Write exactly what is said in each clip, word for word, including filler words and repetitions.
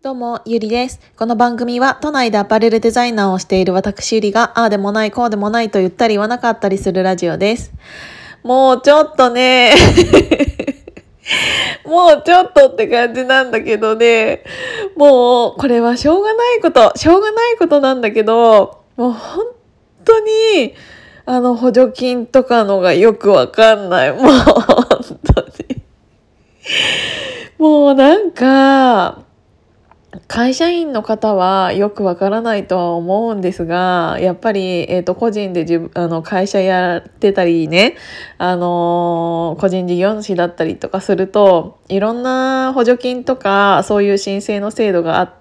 どうも、ゆりです。この番組は都内でアパレルデザイナーをしている私ゆりが、ああでもないこうでもないと言ったり言わなかったりするラジオです。もうちょっとねもうちょっとって感じなんだけどね、もうこれはしょうがないこと、しょうがないことなんだけど、もう本当にあの補助金とかのがよくわかんない。もう本当に。もうなんか、会社員の方はよくわからないとは思うんですが、やっぱり、えっと、個人で自分、あの、会社やってたりね、あのー個人事業主だったりとかすると、いろんな補助金とか、そういう申請の制度があって、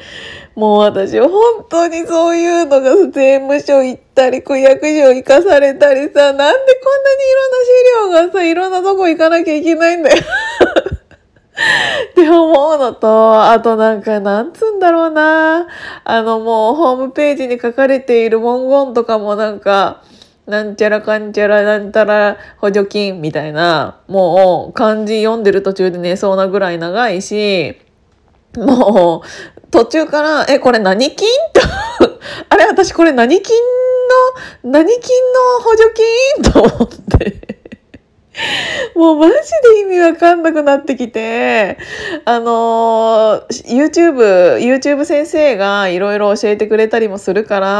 もう私、本当にそういうのが税務署行ったり、区役所行かされたりさ、なんでこんなにいろんな資料がさ、いろんなとこ行かなきゃいけないんだよ。って思うのと、あとなんか、なんつうんだろうな。あのもう、ホームページに書かれている文言とかもなんか、なんちゃらかんちゃらなんたら補助金みたいな、もう漢字読んでる途中で寝そうなぐらい長いし、もう、途中から、え、これ何金とあれ、私これ何金の、何金の補助金と思って。もうマジで意味わかんなくなってきて、あのー、YouTube、YouTube 先生がいろいろ教えてくれたりもするから、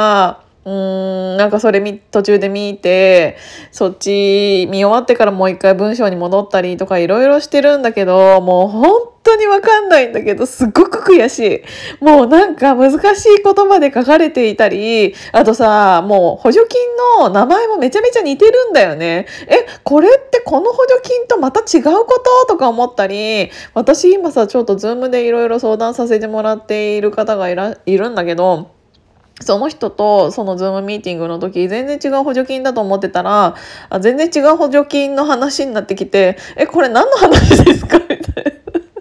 うーん、なんかそれみ途中で見て、そっち見終わってからもう一回文章に戻ったりとかいろいろしてるんだけど、もう本当にわかんないんだけど、すっごく悔しい。もうなんか難しい言葉で書かれていたり、あとさ、もう補助金の名前もめちゃめちゃ似てるんだよね。え、これってこの補助金とまた違うこととか思ったり、私今さ、ちょっとズームでいろいろ相談させてもらっている方がいらいるんだけど、その人とそのズームミーティングの時全然違う補助金だと思ってたら、あ、全然違う補助金の話になってきて、え、これ何の話ですかみたいな。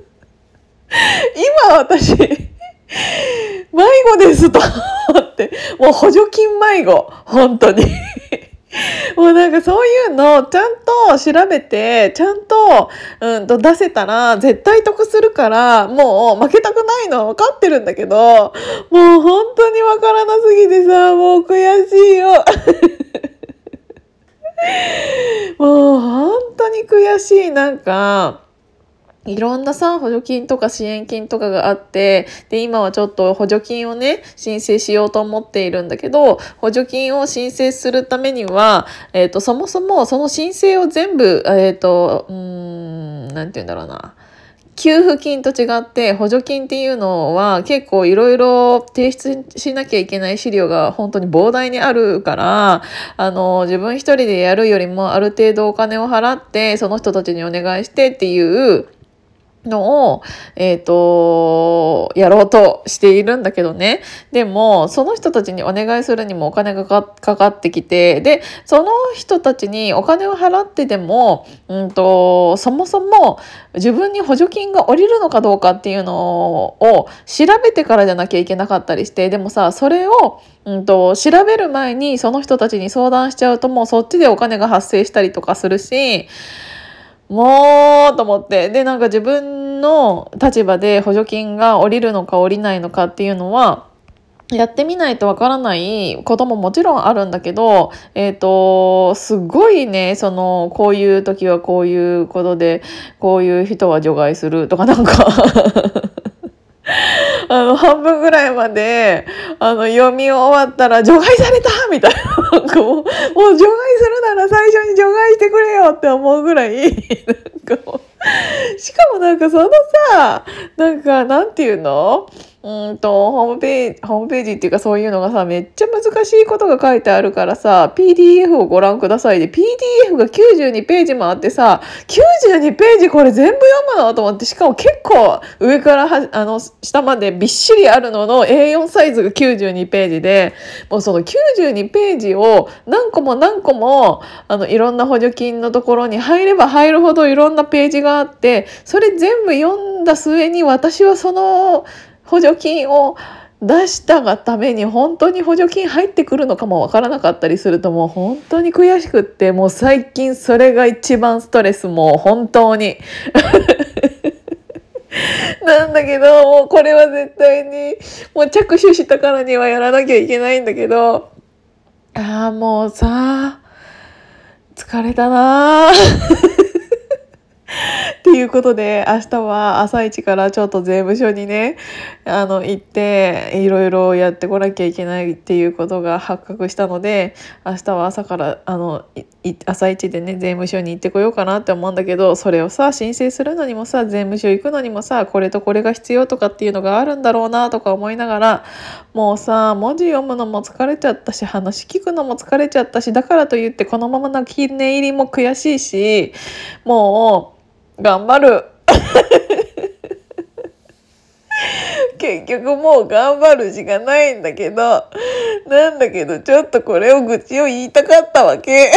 今私、迷子ですと思って、もう補助金迷子、本当に。もうなんかそういうのをちゃんと調べて、ちゃんと、うんと出せたら絶対得するから、もう負けたくないのは分かってるんだけど、もう本当に分からなすぎてさ、もう悔しいよ。もう本当に悔しい。なんか、いろんなさ、補助金とか支援金とかがあって、で、今はちょっと補助金をね、申請しようと思っているんだけど、補助金を申請するためには、えっと、そもそもその申請を全部、えっと、うーん、なんて言うんだろうな。給付金と違って補助金っていうのは結構いろいろ提出しなきゃいけない資料が本当に膨大にあるから、あの、自分一人でやるよりもある程度お金を払ってその人たちにお願いしてっていうのを、えっと、やろうとしているんだけどね。でも、その人たちにお願いするにもお金がかか、かかってきて、で、その人たちにお金を払ってでも、うんと、そもそも自分に補助金が下りるのかどうかっていうのを調べてからじゃなきゃいけなかったりして、でもさ、それを、うんと、調べる前にその人たちに相談しちゃうともうそっちでお金が発生したりとかするし、もうと思って。で、なんか自分の立場で補助金が下りるのか下りないのかっていうのは、やってみないとわからないことももちろんあるんだけど、えっと、すごいね、その、こういう時はこういうことで、こういう人は除外するとかなんかあの、半分ぐらいまで、あの、読み終わったら、除外されたみたいな。なんかもう、もう除外するなら最初に除外してくれよって思うぐらい、なんかもう、しかもなんかそのさ、なんか、なんていうのうんと、ホームページ、ホームページっていうかそういうのがさ、めっちゃ難しいことが書いてあるからさ、ピーディーエフ をご覧くださいで、ピーディーエフ がきゅうじゅうにページもあってさ、きゅうじゅうにページこれ全部読むのと思って、しかも結構上からは、あの、下までびっしりあるのの エーよん サイズがきゅうじゅうにページで、もうそのきゅうじゅうにページを何個も何個も、あの、いろんな補助金のところに入れば入るほどいろんなページがあって、それ全部読んだ末に私はその、補助金を出したがために本当に補助金入ってくるのかもわからなかったりするともう本当に悔しくって、もう最近それが一番ストレス、もう本当になんだけど、もうこれは絶対に、もう着手したからにはやらなきゃいけないんだけど、ああ、もうさ、疲れたなーっていうことで、明日は朝一からちょっと税務署にね、あの、行って、いろいろやってこなきゃいけないっていうことが発覚したので、明日は朝から、あの、い朝一でね、税務署に行ってこようかなって思うんだけど、それをさ、申請するのにもさ、税務署行くのにもさ、これとこれが必要とかっていうのがあるんだろうなとか思いながら、もうさ、文字読むのも疲れちゃったし、話聞くのも疲れちゃったし、だからといってこのままの記念入りも悔しいし、もう、頑張る結局もう頑張るしかないんだけど、なんだけどちょっとこれを愚痴を言いたかったわけ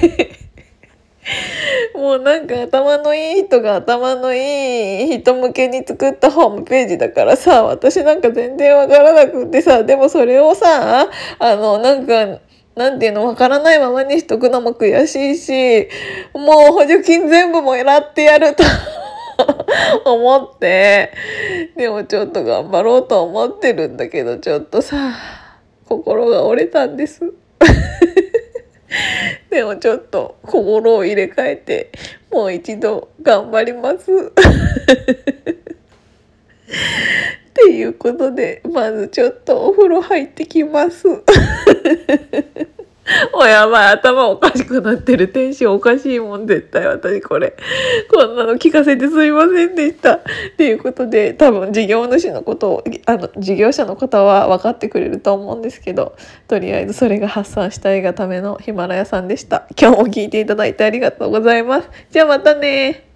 もうなんか頭のいい人が頭のいい人向けに作ったホームページだからさ、私なんか全然わからなくってさ、でもそれをさ、あのなんかなんていうの、わからないままにしとくのも悔しいし、もう補助金全部もらってやると思って、でもちょっと頑張ろうと思ってるんだけど、ちょっとさ、心が折れたんです。でもちょっと心を入れ替えて、もう一度頑張ります。っていうことで、まずちょっとお風呂入ってきます。おやばい、頭おかしくなってる。テンションおかしいもん、絶対私これ。こんなの聞かせてすいませんでした。っていうことで、多分事業主のことを、あの、事業者の方は分かってくれると思うんですけど、とりあえずそれが発散したいがためのヒマラヤさんでした。今日も聞いていただいてありがとうございます。じゃあまたね。